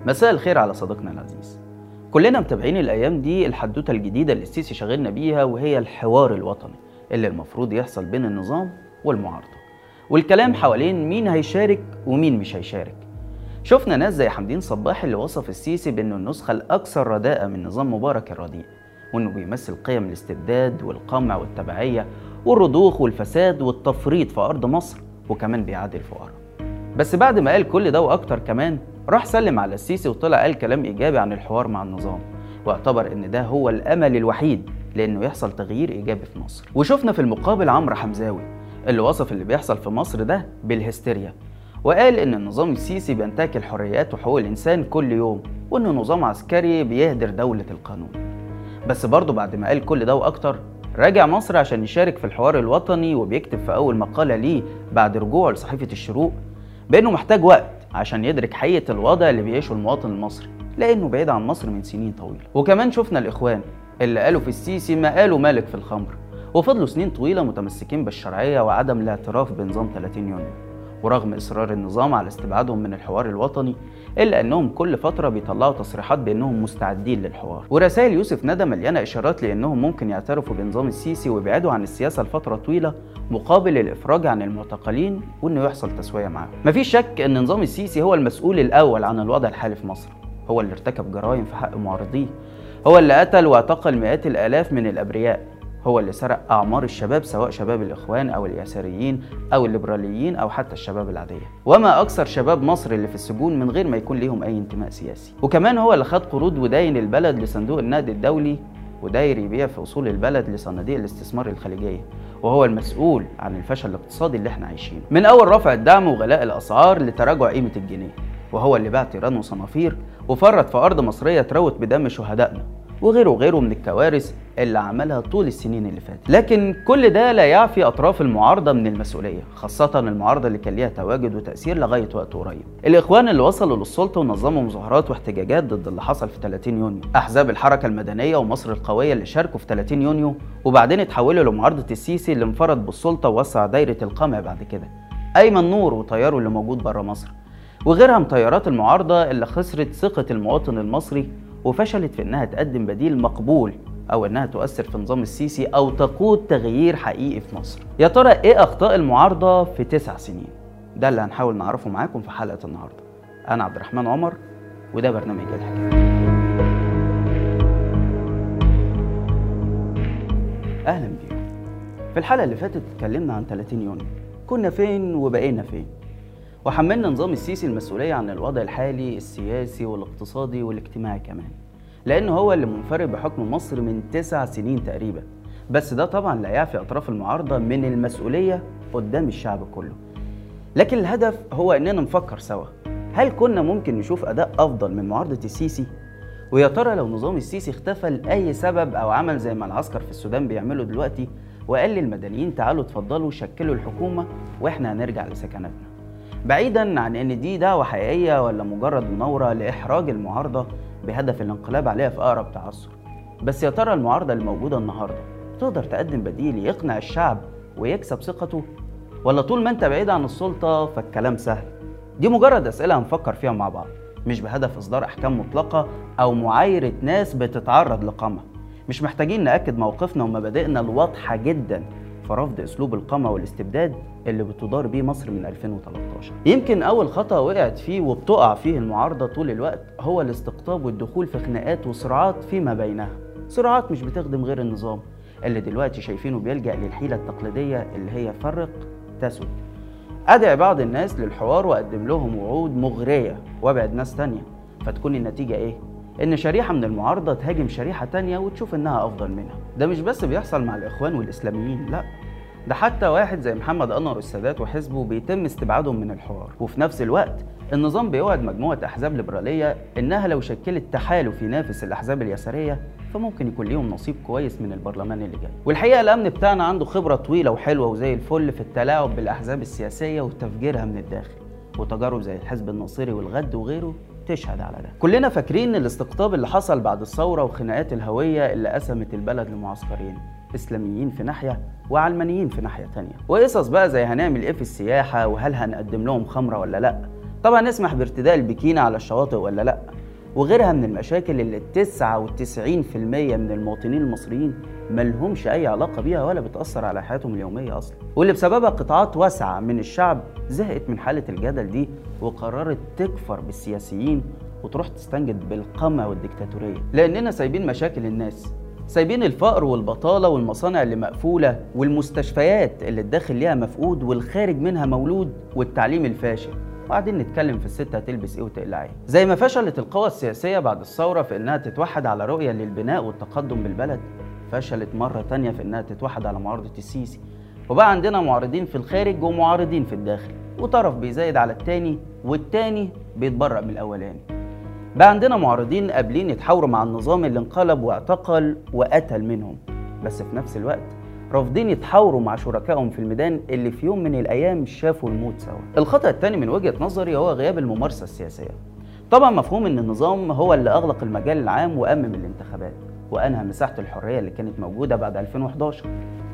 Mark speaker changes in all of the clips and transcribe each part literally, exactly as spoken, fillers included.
Speaker 1: مساء الخير على صديقنا العزيز. كلنا متابعين الايام دي الحدوته الجديده اللي السيسي شاغلنا بيها، وهي الحوار الوطني اللي المفروض يحصل بين النظام والمعارضه، والكلام حوالين مين هيشارك ومين مش هيشارك. شفنا ناس زي حمدين صباح اللي وصف السيسي بانه النسخه الاكثر رداءه من نظام مبارك الرديء، وانه بيمثل قيم الاستبداد والقمع والتبعيه والرضوخ والفساد والتفريط في ارض مصر، وكمان بيعادي الفقراء. بس بعد ما قال كل ده واكتر كمان، راح سلم على السيسي وطلع قال كلام ايجابي عن الحوار مع النظام، واعتبر ان ده هو الامل الوحيد لانه يحصل تغيير ايجابي في مصر. وشفنا في المقابل عمرو حمزاوي اللي وصف اللي بيحصل في مصر ده بالهستيريا، وقال ان النظام السيسي بينتهك الحريات وحقوق الانسان كل يوم، وانه نظام عسكري بيهدر دولة القانون. بس برضه بعد ما قال كل ده واكتر، راجع مصر عشان يشارك في الحوار الوطني، وبيكتب في اول مقالة ليه بعد رجوعه لصحيفة الشروق بانه محتاج وقت عشان يدرك حقيقة الوضع اللي بيعيشه المواطن المصري، لانه بعيد عن مصر من سنين طويلة. وكمان شفنا الاخوان اللي قالوا في السيسي ما قالوا مالك في الخمر، وفضلوا سنين طويلة متمسكين بالشرعية وعدم الاعتراف بنظام ثلاثين يونيو، ورغم اصرار النظام على استبعادهم من الحوار الوطني الا انهم كل فتره بيطلعوا تصريحات بانهم مستعدين للحوار. ورسائل يوسف ندى مليانه اشارات لانهم ممكن يعترفوا بنظام السيسي ويبعدوا عن السياسه لفتره طويله مقابل الافراج عن المعتقلين وانه يحصل تسويه معاهم. مفيش شك ان نظام السيسي هو المسؤول الاول عن الوضع الحالي في مصر، هو اللي ارتكب جرائم في حق معارضيه، هو اللي قتل واعتقل مئات الالاف من الابرياء، هو اللي سرق أعمار الشباب سواء شباب الإخوان أو اليساريين أو الليبراليين أو حتى الشباب العادية، وما أكثر شباب مصر اللي في السجون من غير ما يكون ليهم أي انتماء سياسي. وكمان هو اللي خد قروض وداين البلد لصندوق النقد الدولي، وداير يبيع في أصول البلد لصناديق الاستثمار الخليجية، وهو المسؤول عن الفشل الاقتصادي اللي احنا عايشينه، من أول رفع الدعم وغلاء الأسعار لتراجع قيمة الجنيه، وهو اللي باع تيران وصنافير وفرط في أرض مصرية تروت بدم شهدائنا، وغيره وغيره من الكوارث اللي عملها طول السنين اللي فاتت. لكن كل ده لا يعفي اطراف المعارضه من المسؤوليه، خاصه المعارضه اللي كان ليها تواجد وتاثير لغايه وقت قريب. الاخوان اللي وصلوا للسلطه ونظموا مظاهرات واحتجاجات ضد اللي حصل في ثلاثين يونيو، احزاب الحركه المدنيه ومصر القويه اللي شاركوا في ثلاثين يونيو وبعدين اتحولوا لمعارضه السيسي اللي انفرد بالسلطه ووسع دايره القمع بعد كده، ايمن نور وطياره اللي موجود بره مصر، وغيرها من تيارات المعارضه اللي خسرت ثقه المواطن المصري وفشلت في انها تقدم بديل مقبول او انها تؤثر في نظام السيسي او تقود تغيير حقيقي في مصر. يا ترى ايه اخطاء المعارضه في تسع سنين؟ ده اللي هنحاول نعرفه معاكم في حلقه النهارده. انا عبد الرحمن عمر وده برنامج الحكايه. اهلا بيكم. في الحلقه اللي فاتت اتكلمنا عن ثلاثين يونيو، كنا فين وبقينا فين، وحملنا نظام السيسي المسؤولية عن الوضع الحالي السياسي والاقتصادي والاجتماعي كمان، لأنه هو اللي منفرد بحكم مصر من تسع سنين تقريبا. بس ده طبعا لا يعفي أطراف المعارضة من المسؤولية قدام الشعب كله. لكن الهدف هو إننا نفكر سوا، هل كنا ممكن نشوف أداء أفضل من معارضة السيسي؟ ويا ترى لو نظام السيسي اختفى لأي سبب أو عمل زي ما العسكر في السودان بيعملوا دلوقتي وقال للمدنيين تعالوا اتفضلوا شكلوا الحكومة وإحنا هنرجع لسكناتنا، بعيدا عن ان دي دعوة حقيقية ولا مجرد مناورة لإحراج المعارضة بهدف الانقلاب عليها في أقرب تعثر. بس يا ترى المعارضة الموجودة النهاردة تقدر تقدم بديل يقنع الشعب ويكسب ثقته، ولا طول ما انت بعيد عن السلطة فالكلام سهل؟ دي مجرد أسئلة هنفكر فيها مع بعض، مش بهدف إصدار أحكام مطلقة أو معايرة ناس بتتعرض لقمع. مش محتاجين نأكد موقفنا ومبادئنا الواضحة جدا في رفض اسلوب القمع والاستبداد اللي بتدار بيه مصر من ألفين وتلتاشر. يمكن اول خطأ وقعت فيه وبتقع فيه المعارضة طول الوقت هو الاستقطاب والدخول في خناقات وصراعات فيما بينها، صراعات مش بتخدم غير النظام اللي دلوقتي شايفينه بيلجأ للحيلة التقليدية اللي هي فرق تسد. ادعي بعض الناس للحوار واقدم لهم وعود مغرية وابعد ناس تانية، فتكون النتيجة ايه؟ ان شريحة من المعارضة تهاجم شريحة تانية وتشوف انها افضل منها. ده مش بس بيحصل مع الاخوان والاسلاميين، لا، ده حتى واحد زي محمد أنور السادات وحزبه بيتم استبعادهم من الحوار. وفي نفس الوقت النظام بيوعد مجموعة أحزاب ليبرالية إنها لو شكلت تحالف ينافس الأحزاب اليسارية فممكن يكون ليهم نصيب كويس من البرلمان اللي جاي. والحقيقة الأمن بتاعنا عنده خبرة طويلة وحلوة وزي الفل في التلاعب بالأحزاب السياسية وتفجيرها من الداخل، وتجارب زي الحزب الناصري والغد وغيره تشهد على ده. كلنا فاكرين الاستقطاب اللي حصل بعد الثورة وخناقات الهوية اللي قسمت البلد لمعسكرين، اسلاميين في ناحيه وعلمانيين في ناحيه تانية، وقصص بقى زي هنعمل ايه في السياحه وهل هنقدم لهم خمره ولا لا، طبعا نسمح بارتداء البكينة على الشواطئ ولا لأ، وغيرها من المشاكل اللي تسعة وتسعين في المية من المواطنين المصريين ملهمش أي علاقة بيها ولا بتأثر على حياتهم اليومية أصلا، واللي بسببها قطاعات واسعة من الشعب زهقت من حالة الجدل دي وقررت تكفر بالسياسيين وتروح تستنجد بالقمع والديكتاتورية، لأننا سايبين مشاكل الناس، سايبين الفقر والبطالة والمصانع اللي مقفولة والمستشفيات اللي الداخل ليها مفقود والخارج منها مولود والتعليم الفاشل، وقاعدين نتكلم في الست هتلبس ايه وتقلع ايه. زي ما فشلت القوى السياسية بعد الثورة في انها تتوحد على رؤية للبناء والتقدم بالبلد، فشلت مرة تانية في انها تتوحد على معارضة السيسي، وبقى عندنا معارضين في الخارج ومعارضين في الداخل، وطرف بيزايد على التاني والتاني بيتبرأ من الاولاني. بقى عندنا معارضين قابلين يتحاوروا مع النظام اللي انقلب واعتقل وقتل منهم، بس في نفس الوقت رافضين يتحاوروا مع شركائهم في الميدان اللي في يوم من الايام شافوا الموت سوا. الخطأ الثاني من وجهة نظري هو غياب الممارسة السياسية. طبعا مفهوم ان النظام هو اللي اغلق المجال العام وامم الانتخابات وانهى مساحة الحرية اللي كانت موجودة بعد ألفين وحداشر،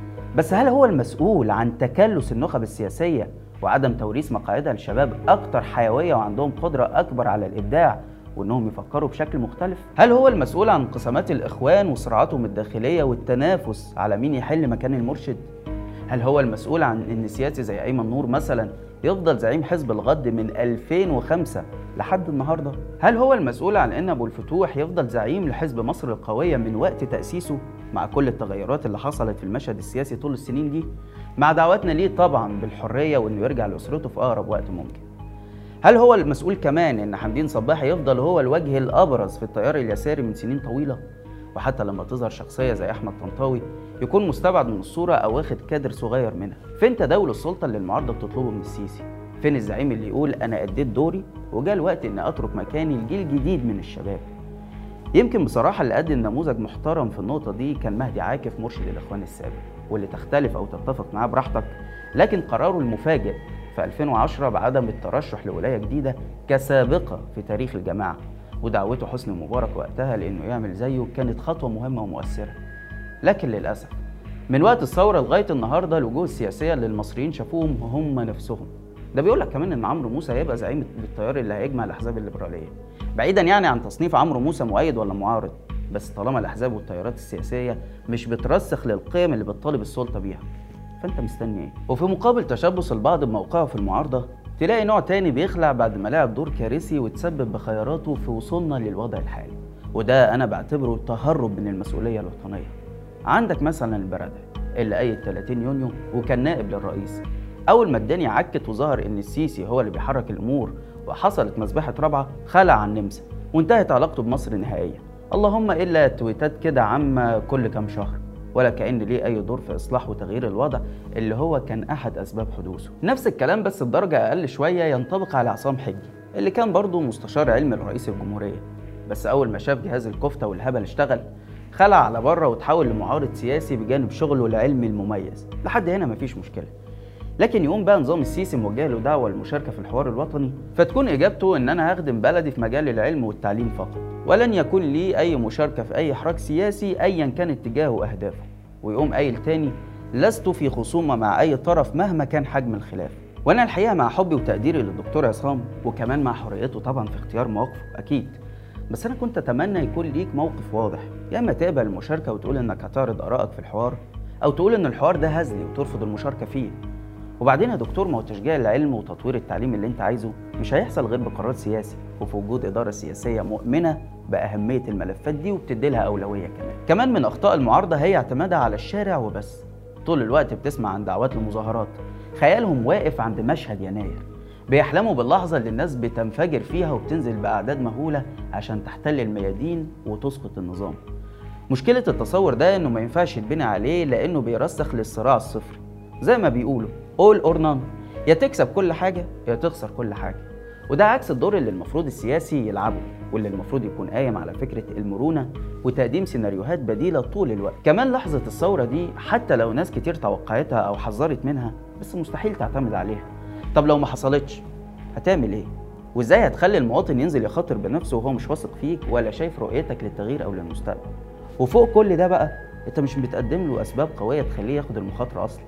Speaker 1: بس هل هو المسؤول عن تكلس النخب السياسية وعدم توريث مقاعدها للشباب اكتر حيوية وعندهم قدرة اكبر على الابداع وانهم يفكروا بشكل مختلف؟ هل هو المسؤول عن انقسامات الاخوان وصراعاتهم الداخليه والتنافس على مين يحل مكان المرشد؟ هل هو المسؤول عن ان سياسي زي ايمن نور مثلا يفضل زعيم حزب الغد من ألفين وخمسة لحد النهارده؟ هل هو المسؤول عن ان ابو الفتوح يفضل زعيم لحزب مصر القويه من وقت تاسيسه مع كل التغيرات اللي حصلت في المشهد السياسي طول السنين دي، مع دعواتنا ليه طبعا بالحريه وانه يرجع لاسرته في اقرب وقت ممكن؟ هل هو المسؤول كمان ان حمدين صباحي يفضل هو الوجه الابرز في التيار اليساري من سنين طويله، وحتى لما تظهر شخصيه زي احمد طنطاوي يكون مستبعد من الصوره او واخد كادر صغير منها؟ فين تداول السلطه اللي المعارضه بتطلبه من السيسي؟ فين الزعيم اللي يقول انا اديت دوري وجاء الوقت ان اترك مكاني لجيل جديد من الشباب؟ يمكن بصراحه اللي قدم نموذج محترم في النقطه دي كان مهدي عاكف مرشد الاخوان السابق، واللي تختلف او تتفق معاه براحتك، لكن قراره المفاجئ في ألفين وعشرة بعدم الترشح لولاية جديدة كسابقة في تاريخ الجماعة ودعوته حسني مبارك وقتها لأنه يعمل زيه كانت خطوة مهمة ومؤثرة. لكن للأسف من وقت الثورة لغاية النهاردة الوجوه السياسية اللي المصريين شافوهم هم نفسهم. ده بيقول لك كمان إن عمرو موسى هيبقى زعيم التيار اللي هيجمع الأحزاب الليبرالية، بعيدا يعني عن تصنيف عمرو موسى مؤيد ولا معارض، بس طالما الأحزاب والتيارات السياسية مش بترسخ للقيم اللي بتطالب السلطة بيها، فانت مستني ايه؟ وفي مقابل تشبث البعض بموقعه في المعارضه تلاقي نوع تاني بيخلع بعد ما لعب دور كارثي وتسبب بخياراته في وصولنا للوضع الحالي، وده انا بعتبره تهرب من المسؤوليه الوطنيه. عندك مثلا البرادعي اللي ايد ثلاثين يونيو وكان نائب للرئيس، اول ما الدنيا عكت وظهر ان السيسي هو اللي بيحرك الامور وحصلت مذبحه رابعه خلع عن النمسا وانتهت علاقته بمصر نهائيا، اللهم الا تويتات كده عامه كل كام شهر، ولا كأن ليه أي دور في إصلاح وتغيير الوضع اللي هو كان أحد أسباب حدوثه. نفس الكلام بس بدرجة أقل شوية ينطبق على عصام حجي اللي كان برضه مستشار علمي لرئيس الجمهورية، بس أول ما شاف جهاز الكفتة والهبل اشتغل خلع على بره وتحول لمعارض سياسي بجانب شغله العلمي المميز. لحد هنا مفيش مشكلة، لكن يقوم بقى نظام السيسي موجه له دعوة للمشاركة في الحوار الوطني فتكون إجابته إن أنا هخدم بلدي في مجال العلم والتعليم فقط، ولن يكون لي أي مشاركة في أي حراك سياسي أيا كان اتجاهه وأهدافه. ويقوم قايل تاني لست في خصومة مع أي طرف مهما كان حجم الخلاف. وأنا الحقيقة مع حبي وتقديري للدكتور عصام وكمان مع حريته طبعا في اختيار مواقفه أكيد، بس أنا كنت أتمنى يكون ليك موقف واضح، يا إما تقبل المشاركة وتقول إنك هتعرض آرائك في الحوار، أو تقول إن الحوار ده هزلي وترفض المشاركة فيه. وبعدين يا دكتور ما هو تشجيع العلم وتطوير التعليم اللي أنت عايزه مش هيحصل غير بقرار سياسي وفي وجود إدارة سياسية مؤمنة بأهمية الملفات دي وبتدي لها أولوية. كمان كمان من أخطاء المعارضة هي اعتمادها على الشارع وبس، طول الوقت بتسمع عن دعوات لمظاهرات، خيالهم واقف عند مشهد يناير، بيحلموا باللحظة اللي الناس بتنفجر فيها وبتنزل بأعداد مهولة عشان تحتل الميادين وتسقط النظام. مشكلة التصور ده إنه ما ينفعش يتبني عليه لأنه بيرسخ للصراع الصفري، زي ما بيقولوا all or none، يا تكسب كل حاجة يا تخسر كل حاجة، وده عكس الدور اللي المفروض السياسي يلعبه واللي المفروض يكون قايم على فكرة المرونة وتقديم سيناريوهات بديلة طول الوقت. كمان لحظة الثورة دي حتى لو ناس كتير توقعتها أو حذرت منها بس مستحيل تعتمد عليها. طب لو ما حصلتش هتعمل ايه؟ وازاي هتخلي المواطن ينزل يخاطر بنفسه وهو مش واثق فيك ولا شايف رؤيتك للتغيير أو للمستقبل؟ وفوق كل ده بقى انت مش بتقدم له أسباب قوية تخليه ياخد المخاطرة أصلا،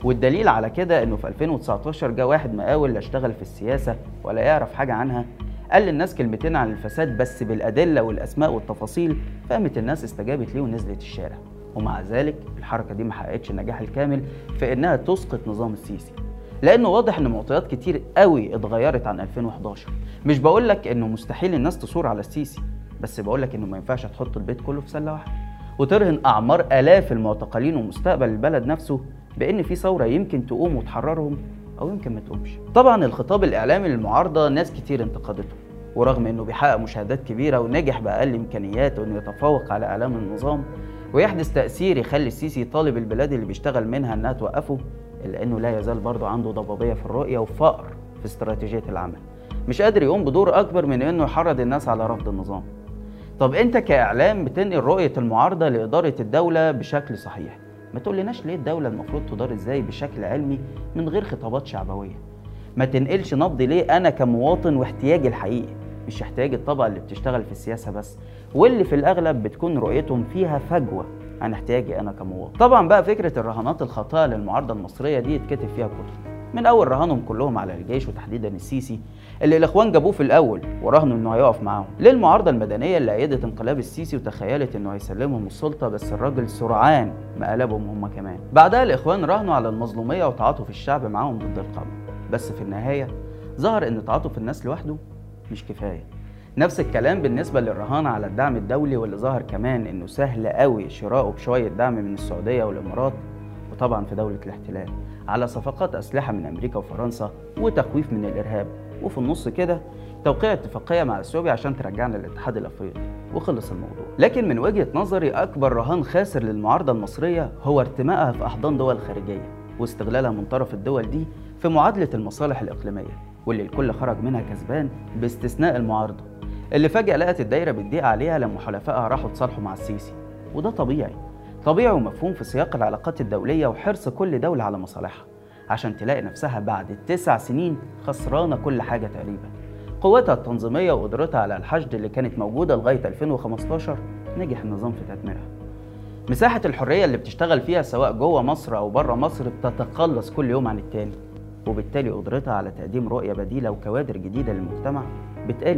Speaker 1: والدليل على كده انه في ألفين وتسعتاشر جه واحد مقاول لا اشتغل في السياسه ولا يعرف حاجه عنها، قال للناس كلمتين عن الفساد بس بالادله والاسماء والتفاصيل، فقامت الناس استجابت ليه ونزلت الشارع. ومع ذلك الحركه دي ما حققتش النجاح الكامل في انها تسقط نظام السيسي، لانه واضح ان معطيات كتير قوي اتغيرت عن ألفين وحداشر. مش بقول لك انه مستحيل الناس تصور على السيسي، بس بقول لك انه ما ينفعش تحط البيت كله في سله واحده وترهن اعمار الاف المعتقلين ومستقبل البلد نفسه بان في ثوره يمكن تقوم وتحررهم او يمكن ما تقومش. طبعا الخطاب الاعلامي للمعارضه ناس كتير انتقدته، ورغم انه بيحقق مشاهدات كبيره ونجح باقل امكانياته انه يتفوق على اعلام النظام ويحدث تاثير يخلي السيسي يطالب البلاد اللي بيشتغل منها انها توقفه، الا انه لا يزال برضه عنده ضبابيه في الرؤيه وفقر في استراتيجيه العمل، مش قادر يقوم بدور اكبر من انه يحرض الناس على رفض النظام. طب انت كاعلام بتنقل رؤيه المعارضه لاداره الدوله بشكل صحيح، ما تقولناش ليه الدوله المفروض تدار ازاي بشكل علمي من غير خطابات شعبويه؟ ما تنقلش نبض ليه انا كمواطن واحتياجي الحقيقي، مش احتياج الطبقه اللي بتشتغل في السياسه بس، واللي في الاغلب بتكون رؤيتهم فيها فجوه عن احتياجي انا كمواطن. طبعا بقى فكره الرهانات الخاطئه للمعارضه المصريه دي اتكتب فيها كتب، من اول رهانهم كلهم على الجيش وتحديدا السيسي اللي الاخوان جابوه في الاول ورهنوا انه هيقف معاهم، للمعارضه المدنيه اللي ايدت انقلاب السيسي وتخيلت انه هيسلمهم السلطه، بس الراجل سرعان ما قلبهم هم كمان. بعدها الاخوان راهنوا على المظلوميه وتعاطف الشعب معاهم ضد القمع، بس في النهايه ظهر ان تعاطف الناس لوحده مش كفايه. نفس الكلام بالنسبه للرهان على الدعم الدولي، واللي ظهر كمان انه سهل قوي شراؤه بشويه دعم من السعوديه والامارات وطبعا في دوله الاحتلال، على صفقات اسلحه من امريكا وفرنسا وتخويف من الارهاب، وفي النص كده توقيع اتفاقيه مع اثيوبيا عشان ترجعنا للاتحاد الافريقي وخلص الموضوع. لكن من وجهه نظري اكبر رهان خاسر للمعارضه المصريه هو ارتمائها في احضان دول خارجيه واستغلالها من طرف الدول دي في معادله المصالح الاقليميه، واللي الكل خرج منها كسبان باستثناء المعارضه اللي فجاه لقت الدايره بتضيق عليها لما حلفائها راحوا اتصالحوا مع السيسي. وده طبيعي طبيعي ومفهوم في سياق العلاقات الدوليه وحرص كل دوله على مصالحها، عشان تلاقي نفسها بعد تسع سنين خسرانه كل حاجه تقريبا. قوتها التنظيميه وقدرتها على الحشد اللي كانت موجوده لغايه ألفين وخمستاشر نجح النظام في تدميرها. مساحه الحريه اللي بتشتغل فيها سواء جوه مصر او بره مصر بتتقلص كل يوم عن التاني، وبالتالي قدرتها على تقديم رؤيه بديله وكوادر جديده للمجتمع بتقل.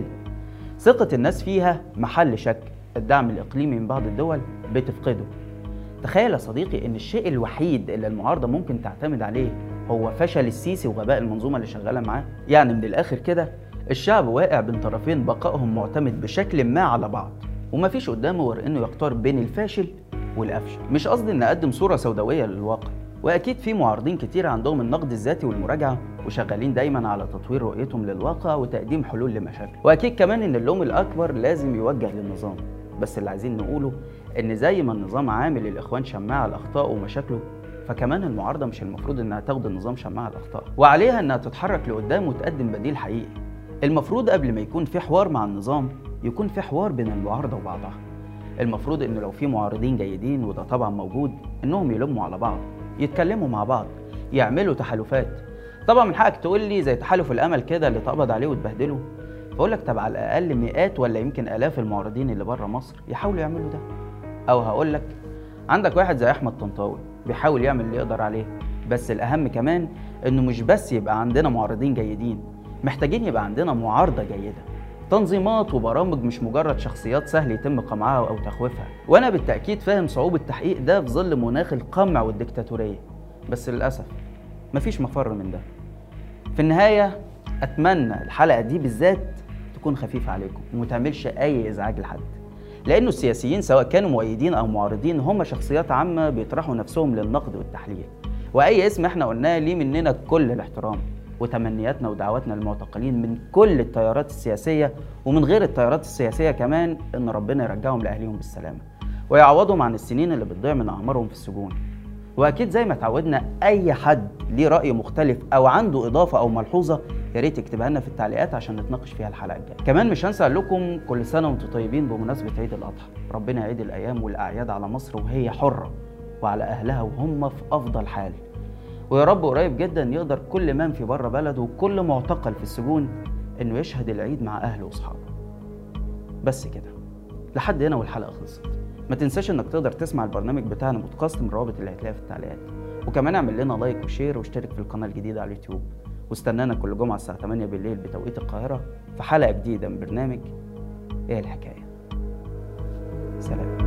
Speaker 1: ثقه الناس فيها محل شك، الدعم الاقليمي من بعض الدول بتفقده. تخيل يا صديقي ان الشيء الوحيد اللي المعارضه ممكن تعتمد عليه هو فشل السيسي وغباء المنظومه اللي شغاله معاه. يعني من الاخر كده الشعب واقع بين طرفين بقائهم معتمد بشكل ما على بعض، ومفيش قدامه غير انه يختار بين الفاشل والافشل. مش قصدي ان اقدم صوره سوداويه للواقع، واكيد في معارضين كتير عندهم النقد الذاتي والمراجعه وشغالين دايما على تطوير رؤيتهم للواقع وتقديم حلول لمشاكل، واكيد كمان ان اللوم الاكبر لازم يوجه للنظام. بس اللي عايزين نقوله ان زي ما النظام عامل الاخوان شماعه لاخطائه ومشاكله، فكمان المعارضه مش المفروض انها تاخد النظام شماعه لاخطائه، وعليها انها تتحرك لقدام وتقدم بديل حقيقي. المفروض قبل ما يكون في حوار مع النظام يكون في حوار بين المعارضه وبعضها. المفروض انه لو في معارضين جيدين وده طبعا موجود، انهم يلموا على بعض، يتكلموا مع بعض، يعملوا تحالفات. طبعا من حقك تقول لي زي تحالف الامل كده اللي اتقبض عليه واتبهدله، فاقول لك طب على الاقل مئات ولا يمكن الاف المعارضين اللي بره مصر يحاولوا يعملوا ده. او هقول لك عندك واحد زي احمد طنطاوي بيحاول يعمل اللي يقدر عليه، بس الاهم كمان انه مش بس يبقى عندنا معارضين جيدين، محتاجين يبقى عندنا معارضه جيده، تنظيمات وبرامج مش مجرد شخصيات سهل يتم قمعها او تخويفها. وانا بالتاكيد فاهم صعوبه تحقيق ده في ظل مناخ القمع والديكتاتوريه، بس للاسف مفيش مفر من ده. في النهايه اتمنى الحلقه دي بالذات تكون خفيفه عليكم وما تعملش اي ازعاج لحد، لانه السياسيين سواء كانوا مؤيدين او معارضين هم شخصيات عامه بيطرحوا نفسهم للنقد والتحليل، واي اسم احنا قلناه ليه مننا كل الاحترام، وتمنياتنا ودعواتنا للمعتقلين من كل التيارات السياسيه ومن غير التيارات السياسيه كمان ان ربنا يرجعهم لاهليهم بالسلامه ويعوضهم عن السنين اللي بتضيع من اعمارهم في السجون. واكيد زي ما اتعودنا اي حد ليه راي مختلف او عنده اضافه او ملحوظه يا ريت يكتبها لنا في التعليقات عشان نتناقش فيها الحلقه الجايه. كمان مش هنسى اقول لكم كل سنه وانتم طيبين بمناسبه عيد الاضحى، ربنا يعيد الايام والاعياد على مصر وهي حره وعلى اهلها وهم في افضل حال، ويا رب قريب جدا يقدر كل من في بره بلده وكل معتقل في السجون انه يشهد العيد مع اهله واصحابه. بس كده لحد هنا والحلقه خلصت. ما تنساش انك تقدر تسمع البرنامج بتاعنا بودكاست من الروابط اللي هتلاقيها في التعليقات، وكمان اعمل لنا لايك وشير واشترك في القناه الجديده على اليوتيوب، واستنانا كل جمعه الساعه تمانية بالليل بتوقيت القاهره في حلقه جديده من برنامج ايه الحكايه. سلام.